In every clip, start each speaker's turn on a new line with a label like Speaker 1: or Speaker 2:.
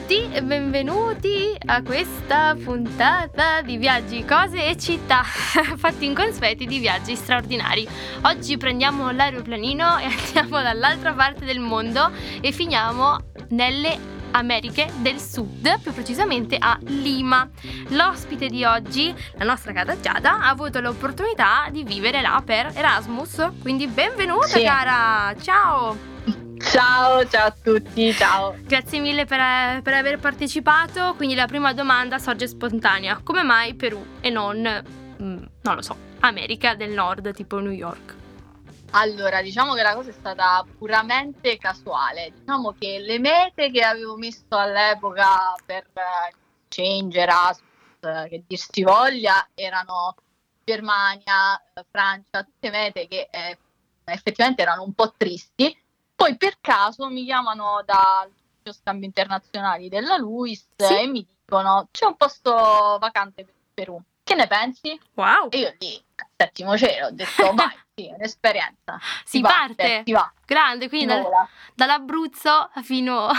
Speaker 1: tutti e benvenuti a questa puntata di viaggi, cose e città fatti inconsueti di viaggi straordinari. Oggi prendiamo l'aeroplanino e andiamo dall'altra parte del mondo e finiamo nelle Americhe del Sud, più precisamente a Lima. L'ospite di oggi, la nostra cara Giada, ha avuto l'opportunità di vivere là per Erasmus, quindi benvenuta.
Speaker 2: Sì.
Speaker 1: Cara, ciao!
Speaker 2: Ciao a tutti, ciao.
Speaker 1: Grazie mille per aver partecipato. Quindi la prima domanda sorge spontanea: come mai Perù e non lo so, America del Nord, tipo New York?
Speaker 2: Allora, diciamo che la cosa è stata puramente casuale. Diciamo che le mete che avevo messo all'epoca per Change, Erasmus, che dir si voglia, erano Germania, Francia, tutte mete che effettivamente erano un po' tristi. Poi per caso mi chiamano dal scambio internazionali della LUISS e mi dicono: c'è un posto vacante per il Perù, che ne pensi?
Speaker 1: Wow!
Speaker 2: E io lì, settimo cielo, ho detto vai, sì, è un'esperienza.
Speaker 1: Si parte,
Speaker 2: si va.
Speaker 1: grande, quindi dall'Abruzzo fino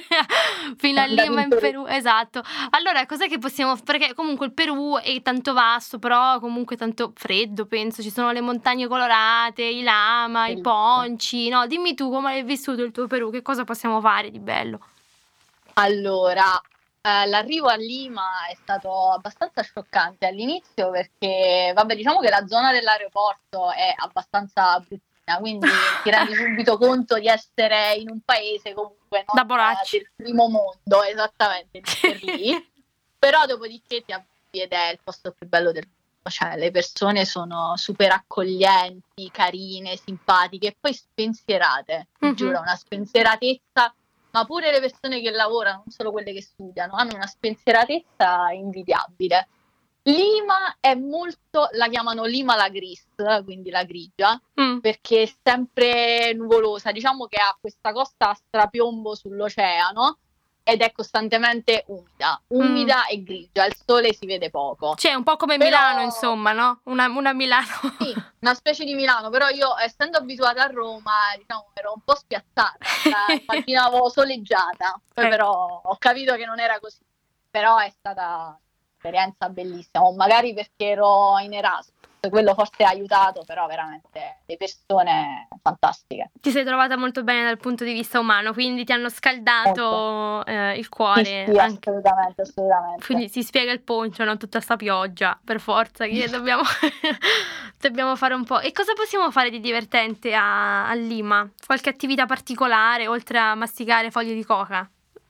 Speaker 1: a Lima in Perù, esatto. Allora, cos'è che possiamo, perché comunque il Perù è tanto vasto, però comunque tanto freddo, penso, ci sono le montagne colorate, i lama, i ponci, no? Dimmi tu come hai vissuto il tuo Perù, che cosa possiamo fare di bello?
Speaker 2: Allora, l'arrivo a Lima è stato abbastanza scioccante all'inizio perché, vabbè, diciamo che la zona dell'aeroporto è abbastanza bruttina, quindi ti rendi subito conto di essere in un paese comunque non del primo mondo, esattamente, per lì. Però dopodiché ti avvii ed è il posto più bello del mondo, cioè le persone sono super accoglienti, carine, simpatiche e poi spensierate, ti giuro, una spensieratezza. Ma pure le persone che lavorano, non solo quelle che studiano, hanno una spensieratezza invidiabile. Lima è molto, la chiamano Lima la gris, quindi la grigia, perché è sempre nuvolosa. Diciamo che ha questa costa a strapiombo sull'oceano ed è costantemente umida e grigia, il sole si vede poco.
Speaker 1: Cioè un po' come Milano, insomma, no? Una Milano.
Speaker 2: Sì, una specie di Milano, però io, essendo abituata a Roma, diciamo, ero un po' spiazzata, la immaginavo soleggiata, poi però ho capito che non era così, però è stata un'esperienza bellissima, o magari perché ero in Erasmus, quello forse ha aiutato, però veramente le persone fantastiche.
Speaker 1: Ti sei trovata molto bene dal punto di vista umano, quindi ti hanno scaldato il cuore.
Speaker 2: Sì, assolutamente.
Speaker 1: Quindi si spiega il poncio, no? Tutta sta pioggia, per forza, che dobbiamo fare un po'. E cosa possiamo fare di divertente a Lima? Qualche attività particolare, oltre a masticare foglie di coca?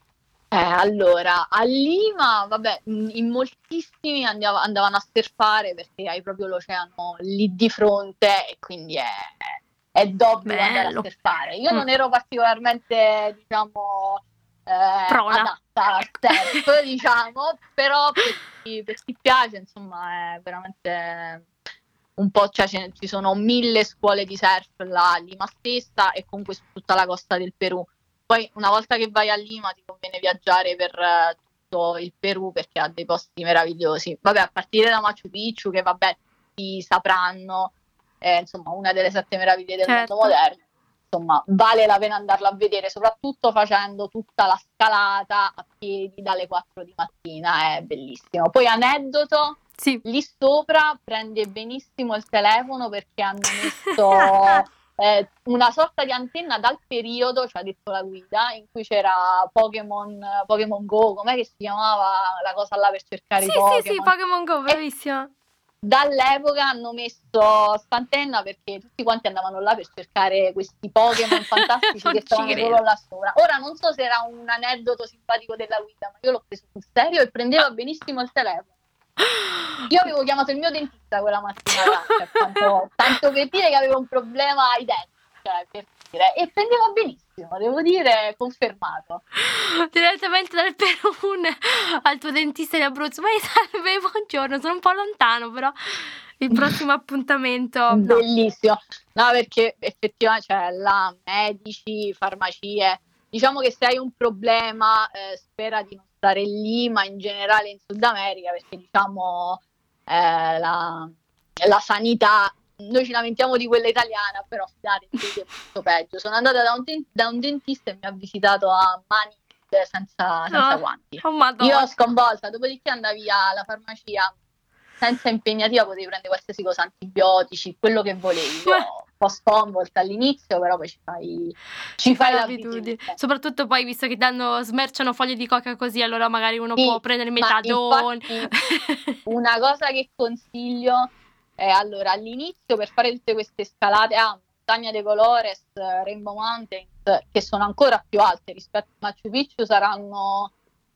Speaker 2: Allora, a Lima, vabbè, in moltissimi andavano a surfare perché hai proprio l'oceano lì di fronte e quindi è d'obbligo andare a surfare. Io non ero particolarmente, diciamo, adatta al surf, diciamo, però per chi piace, insomma, è veramente un po', cioè ci sono 1000 scuole di surf là a Lima stessa e comunque su tutta la costa del Perù. Poi una volta che vai a Lima ti conviene viaggiare per tutto il Perù perché ha dei posti meravigliosi. Vabbè, a partire da Machu Picchu, che vabbè tutti sapranno, è insomma una delle 7 meraviglie del mondo moderno. Insomma, vale la pena andarla a vedere, soprattutto facendo tutta la scalata a piedi dalle 4 di mattina, è bellissimo. Poi aneddoto, lì sopra prende benissimo il telefono perché hanno messo una sorta di antenna dal periodo, ci ha detto la guida, in cui c'era Pokémon Go, com'è che si chiamava la cosa là per cercare i Pokémon?
Speaker 1: Sì, Pokémon Go, bravissima.
Speaker 2: Dall'epoca hanno messo st'antenna perché tutti quanti andavano là per cercare questi Pokémon fantastici che stavano solo là sopra. Ora non so se era un aneddoto simpatico della guida, ma io l'ho preso sul serio e prendeva benissimo il telefono. Io avevo chiamato il mio dentista quella mattina, tanto per dire che avevo un problema ai denti, cioè, per dire, e prendeva benissimo, devo dire, confermato.
Speaker 1: Direttamente dal Perù al tuo dentista in Abruzzo. Ma salve, buongiorno, sono un po' lontano, però il prossimo appuntamento
Speaker 2: bellissimo. No, perché effettivamente c'è là medici, farmacie. Diciamo che se hai un problema, spera di non stare lì, ma in generale in Sud America, perché diciamo la sanità, noi ci lamentiamo di quella italiana, però fidatevi, è molto peggio. Sono andata da un dentista e mi ha visitato a mani senza
Speaker 1: Oh,
Speaker 2: guanti.
Speaker 1: oh
Speaker 2: Io
Speaker 1: Madonna.
Speaker 2: sconvolta, dopodiché andavi alla farmacia senza impegnativa, potevi prendere qualsiasi cosa, antibiotici, quello che volevi. Io un po' sconvolta all'inizio, però poi ci fai
Speaker 1: l'abitudine.
Speaker 2: l'abitudine.
Speaker 1: Soprattutto poi, visto che smerciano foglie di coca così, allora magari uno può
Speaker 2: Sì,
Speaker 1: prendere
Speaker 2: ma
Speaker 1: metadone.
Speaker 2: infatti una cosa che consiglio è, allora, all'inizio per fare tutte queste scalate a Montagna de Colores, Rainbow Mountains, che sono ancora più alte rispetto a Machu Picchu, saranno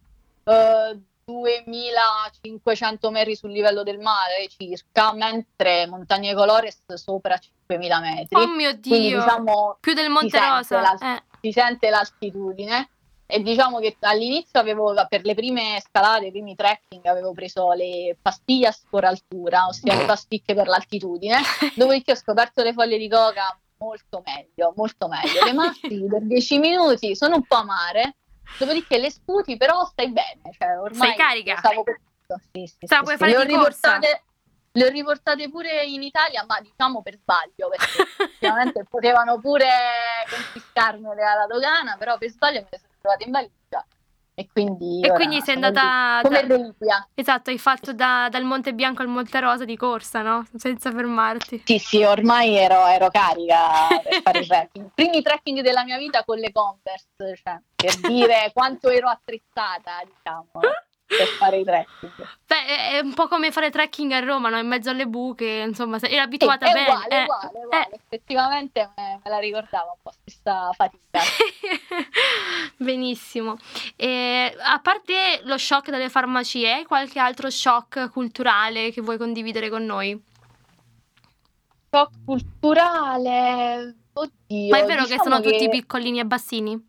Speaker 2: 2500 metri sul livello del mare circa, mentre Montagne Colores sopra 5000 metri.
Speaker 1: Oh mio
Speaker 2: Quindi
Speaker 1: Dio,
Speaker 2: diciamo
Speaker 1: più del Monte Rosa.
Speaker 2: si sente l'altitudine. E diciamo che all'inizio per le prime scalate, i primi trekking, avevo preso le pastillas por altura, ossia le pasticche per l'altitudine, dopodiché ho scoperto le foglie di coca molto meglio, molto meglio. Le massi per 10 minuti sono un po' amare, dopodiché le sputi, però stai bene, cioè ormai
Speaker 1: Sei carica.
Speaker 2: stavo per tutto. Sì,
Speaker 1: puoi fare di corsa.
Speaker 2: Le ho riportate pure in Italia, ma diciamo per sbaglio, perché effettivamente potevano pure confiscarmele alla dogana, però per sbaglio me le sono trovate in valigia. E quindi
Speaker 1: sei andata
Speaker 2: come reliquia.
Speaker 1: Esatto, hai fatto dal Monte Bianco al Monte Rosa di corsa, no? Senza fermarti.
Speaker 2: Sì, ormai ero carica per fare i trekking. I primi trekking della mia vita con le Converse, cioè, per dire quanto ero attrezzata, diciamo, per fare i trekking.
Speaker 1: Beh, è un po' come fare trekking a Roma, no? In mezzo alle buche, insomma, eri abituata
Speaker 2: è
Speaker 1: bene.
Speaker 2: Uguale. Effettivamente me la ricordavo un po' questa fatica.
Speaker 1: Benissimo. A parte lo shock delle farmacie, hai qualche altro shock culturale che vuoi condividere con noi?
Speaker 2: Shock culturale, oddio.
Speaker 1: Ma è vero che
Speaker 2: diciamo
Speaker 1: sono tutti piccolini e bassini?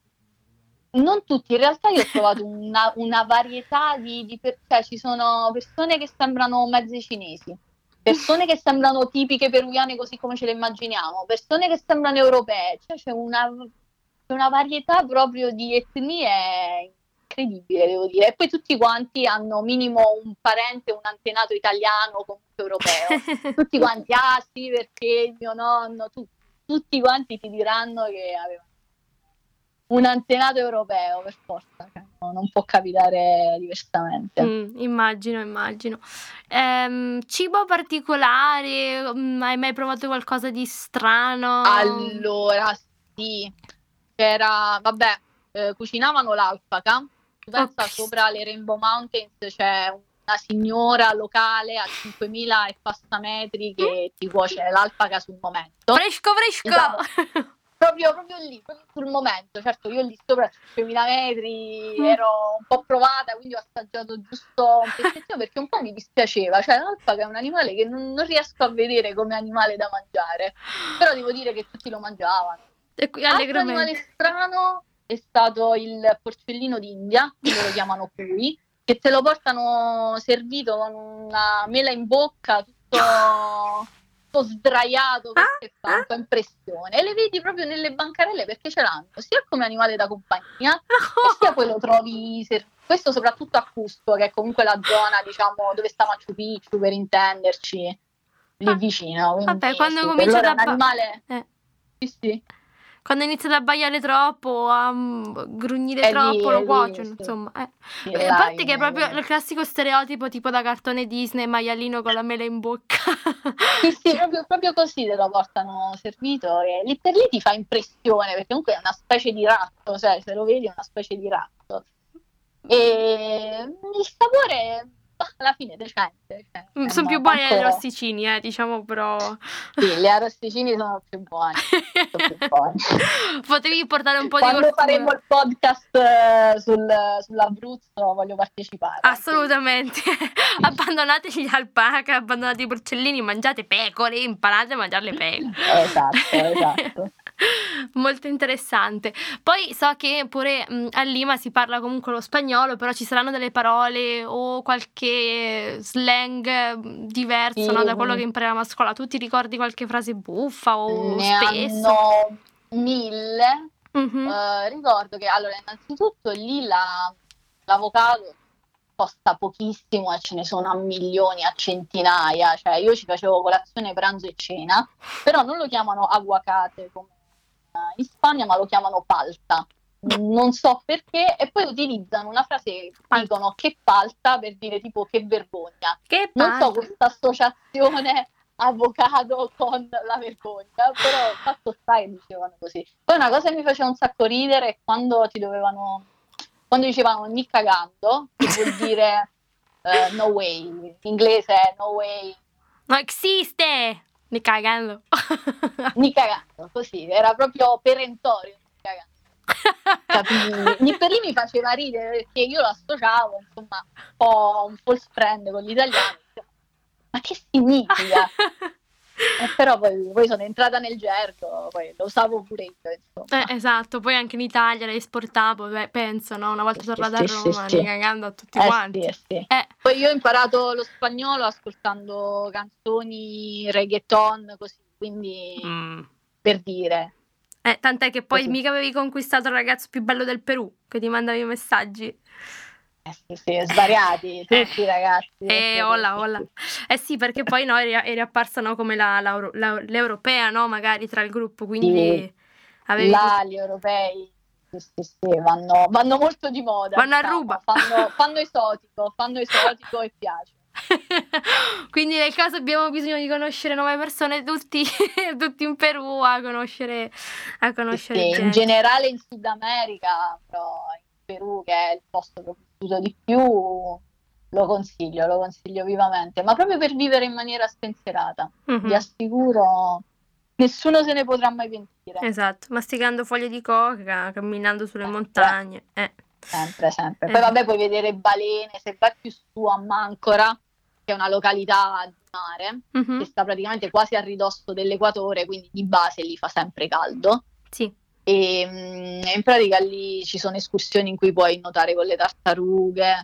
Speaker 2: Non tutti, in realtà io ho trovato una varietà cioè ci sono persone che sembrano mezze cinesi, persone che sembrano tipiche peruviane così come ce le immaginiamo, persone che sembrano europee, cioè c'è una varietà proprio di etnie incredibile, devo dire. E poi tutti quanti hanno minimo un parente, un antenato italiano o comunque europeo. Tutti quanti, ah sì, perché il mio nonno, tutti quanti ti diranno che avevano un antenato europeo, per forza, non può capitare diversamente.
Speaker 1: Immagino. Cibo particolare? Hai mai provato qualcosa di strano?
Speaker 2: Allora, sì, cucinavano l'alpaca. Tu pensa, sopra le Rainbow Mountains c'è una signora locale a 5000 e passa metri che ti cuoce l'alpaca sul momento.
Speaker 1: Fresco!
Speaker 2: Diciamo, proprio lì, proprio sul momento. Certo, io lì sopra a 5.000 metri ero un po' provata, quindi ho assaggiato giusto un pezzettino perché un po' mi dispiaceva. Cioè, l'alpaca è un animale che non riesco a vedere come animale da mangiare, però devo dire che tutti lo mangiavano. Altro animale strano è stato il porcellino d'India, che loro chiamano cuy, che te lo portano servito con una mela in bocca, tutto sdraiato, perché fa un po' impressione, e le vedi proprio nelle bancarelle perché ce l'hanno sia come animale da compagnia e sia poi lo trovi questo soprattutto a Cusco, che è comunque la zona, diciamo, dove sta Machu Picchu, per intenderci, lì vicino. Quindi,
Speaker 1: vabbè, quando
Speaker 2: comincia un animale sì.
Speaker 1: Quando inizia ad abbaiare troppo, a grugnire troppo, lo cuociono, insomma. A parte che è proprio il classico stereotipo tipo da cartone Disney, maialino con la mela in bocca.
Speaker 2: Sì, proprio così te lo portano servito e lì per lì ti fa impressione, perché comunque è una specie di ratto, cioè se lo vedi è una specie di ratto. E il sapore alla fine decente.
Speaker 1: Sono più buoni gli arrosticini, diciamo, però.
Speaker 2: Sì, gli arrosticini sono più buoni.
Speaker 1: Potevi portare un po'
Speaker 2: Quando
Speaker 1: di fortuna.
Speaker 2: Quando faremo il podcast sull'Abruzzo voglio partecipare.
Speaker 1: Assolutamente. Abbandonate gli alpaca, abbandonate i porcellini, mangiate pecore, imparate a mangiare le pecore.
Speaker 2: Esatto.
Speaker 1: Molto interessante. Poi so che pure a Lima si parla comunque lo spagnolo, però ci saranno delle parole o qualche slang diverso, no, da quello che impariamo a scuola. Tu ti ricordi qualche frase buffa o
Speaker 2: ne
Speaker 1: spesso?
Speaker 2: Hanno 1000. Ricordo che allora innanzitutto lì l'avocado costa pochissimo e ce ne sono a milioni, a centinaia, cioè io ci facevo colazione, pranzo e cena, però non lo chiamano aguacate come in Spagna, ma lo chiamano palta. non so perché, e poi utilizzano una frase, dicono che palta, per dire tipo che vergogna.
Speaker 1: Che
Speaker 2: Non so
Speaker 1: palta.
Speaker 2: questa associazione avvocato con la vergogna, però fatto sta che dicevano così. Poi una cosa che mi faceva un sacco ridere è quando dicevano ni cagando, che vuol dire no way, in inglese è no way,
Speaker 1: Non esiste! Ni cagando.
Speaker 2: ni cagando, così, era proprio perentorio, ni cagando. Lì per lì mi faceva ridere perché io lo associavo, insomma, un po' un false friend con l'italiano. Ma che significa? Però poi sono entrata nel gergo, poi lo usavo pure io, insomma.
Speaker 1: Esatto, poi anche in Italia le esportavo, penso, no? Una volta tornata a Roma,
Speaker 2: Sì.
Speaker 1: cagando a tutti quanti.
Speaker 2: Sì. Poi io ho imparato lo spagnolo ascoltando canzoni reggaeton, così, quindi per dire.
Speaker 1: Tant'è che poi
Speaker 2: Così.
Speaker 1: mica avevi conquistato il ragazzo più bello del Perù, che ti mandavi i messaggi.
Speaker 2: Sì, svariati, tutti i ragazzi.
Speaker 1: Hola. Sì, perché poi no, eri apparsa, no, come l'europea, no, magari tra il gruppo, quindi avevi
Speaker 2: gli europei sì, vanno molto di moda.
Speaker 1: Vanno a ruba.
Speaker 2: Fanno esotico e piace.
Speaker 1: Quindi nel caso abbiamo bisogno di conoscere nuove persone, tutti in Perù a conoscere gente.
Speaker 2: In generale in Sud America, però in Perù, che è il posto che ho vissuto di più, lo consiglio vivamente, ma proprio per vivere in maniera spensierata. Vi assicuro, nessuno se ne potrà mai pentire.
Speaker 1: Esatto, masticando foglie di coca, camminando sulle montagne.
Speaker 2: Sempre. Poi vabbè, puoi vedere balene, se vai più su a Mancora, che è una località di mare, che sta praticamente quasi a ridosso dell'equatore, quindi di base lì fa sempre caldo.
Speaker 1: Sì.
Speaker 2: E in pratica lì ci sono escursioni in cui puoi nuotare con le tartarughe,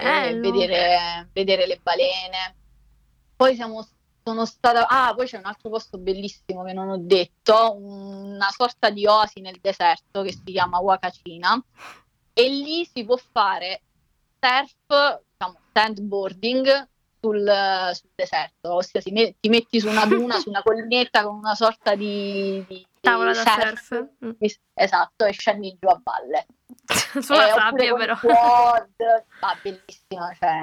Speaker 2: vedere le balene. Poi sono stata... poi c'è un altro posto bellissimo che non ho detto, una sorta di oasi nel deserto che si chiama Huacachina, e lì si può fare surf, diciamo sandboarding sul deserto, ossia ti metti su una duna, su una collinetta con una sorta di
Speaker 1: tavola da surf.
Speaker 2: Esatto, e scendi giù a valle.
Speaker 1: Sulla sabbia però.
Speaker 2: Bellissimo, cioè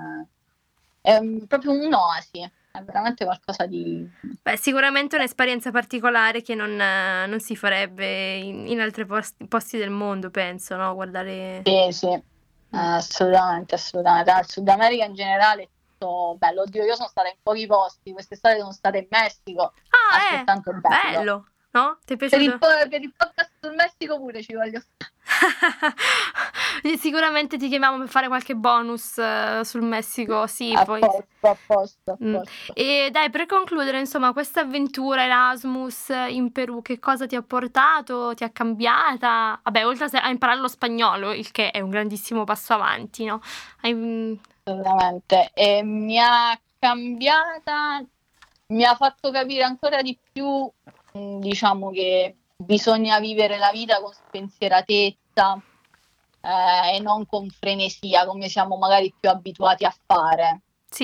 Speaker 2: è proprio un'oasi. È veramente qualcosa di...
Speaker 1: sicuramente un'esperienza particolare che non si farebbe in altri posti del mondo, penso, no? Guardare...
Speaker 2: Sì, assolutamente. Al Sud America in generale è tutto bello. Oddio, io sono stata in pochi posti, quest'estate sono stata in Messico. Altrettanto
Speaker 1: bello, no? Ti è piaciuto?
Speaker 2: Per il podcast sul Messico pure ci voglio stare.
Speaker 1: Sicuramente ti chiamiamo per fare qualche bonus sul Messico, sì.
Speaker 2: A
Speaker 1: poi
Speaker 2: posto.
Speaker 1: E dai, per concludere, insomma, questa avventura Erasmus in Perù, che cosa ti ha portato? Ti ha cambiata? Vabbè, oltre a imparare lo spagnolo, il che è un grandissimo passo avanti, no?
Speaker 2: Assolutamente. E mi ha cambiata, mi ha fatto capire ancora di più, diciamo, che bisogna vivere la vita con spensieratezza e non con frenesia, come siamo magari più abituati a fare.
Speaker 1: Sì.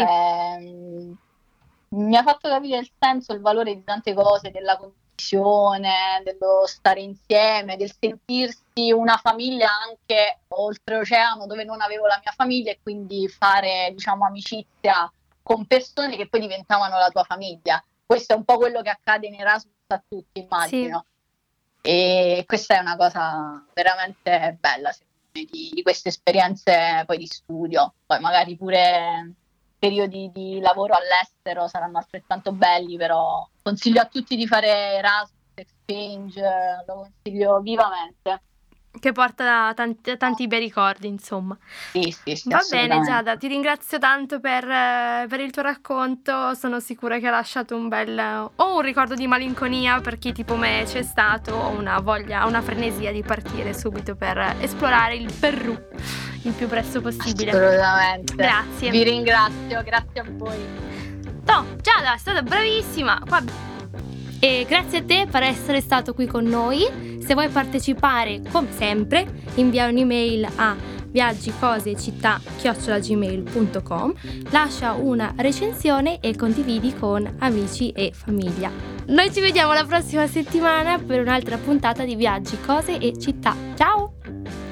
Speaker 2: Mi ha fatto capire il senso, il valore di tante cose, della condivisione, dello stare insieme, del sentirsi una famiglia anche oltreoceano, dove non avevo la mia famiglia, e quindi fare, diciamo, amicizia con persone che poi diventavano la tua famiglia. Questo è un po' quello che accade in Erasmus a tutti, immagino. Sì. E questa è una cosa veramente bella, secondo me, di queste esperienze poi di studio. Poi magari pure periodi di lavoro all'estero saranno altrettanto belli, però consiglio a tutti di fare Erasmus, Exchange, lo consiglio vivamente.
Speaker 1: Che porta tanti bei ricordi, insomma.
Speaker 2: Sì,
Speaker 1: va bene, Giada, ti ringrazio tanto per il tuo racconto. Sono sicura che ha lasciato un ricordo di malinconia per chi tipo me c'è stato, una frenesia di partire subito per esplorare il Perù il più presto possibile.
Speaker 2: Assolutamente.
Speaker 1: Grazie.
Speaker 2: Vi ringrazio, grazie a voi.
Speaker 1: No, Giada, è stata bravissima. E grazie a te per essere stato qui con noi. Se vuoi partecipare, come sempre, invia un'email a viaggicosecittà@gmail.com, lascia una recensione e condividi con amici e famiglia. Noi ci vediamo la prossima settimana per un'altra puntata di Viaggi, Cose e Città. Ciao!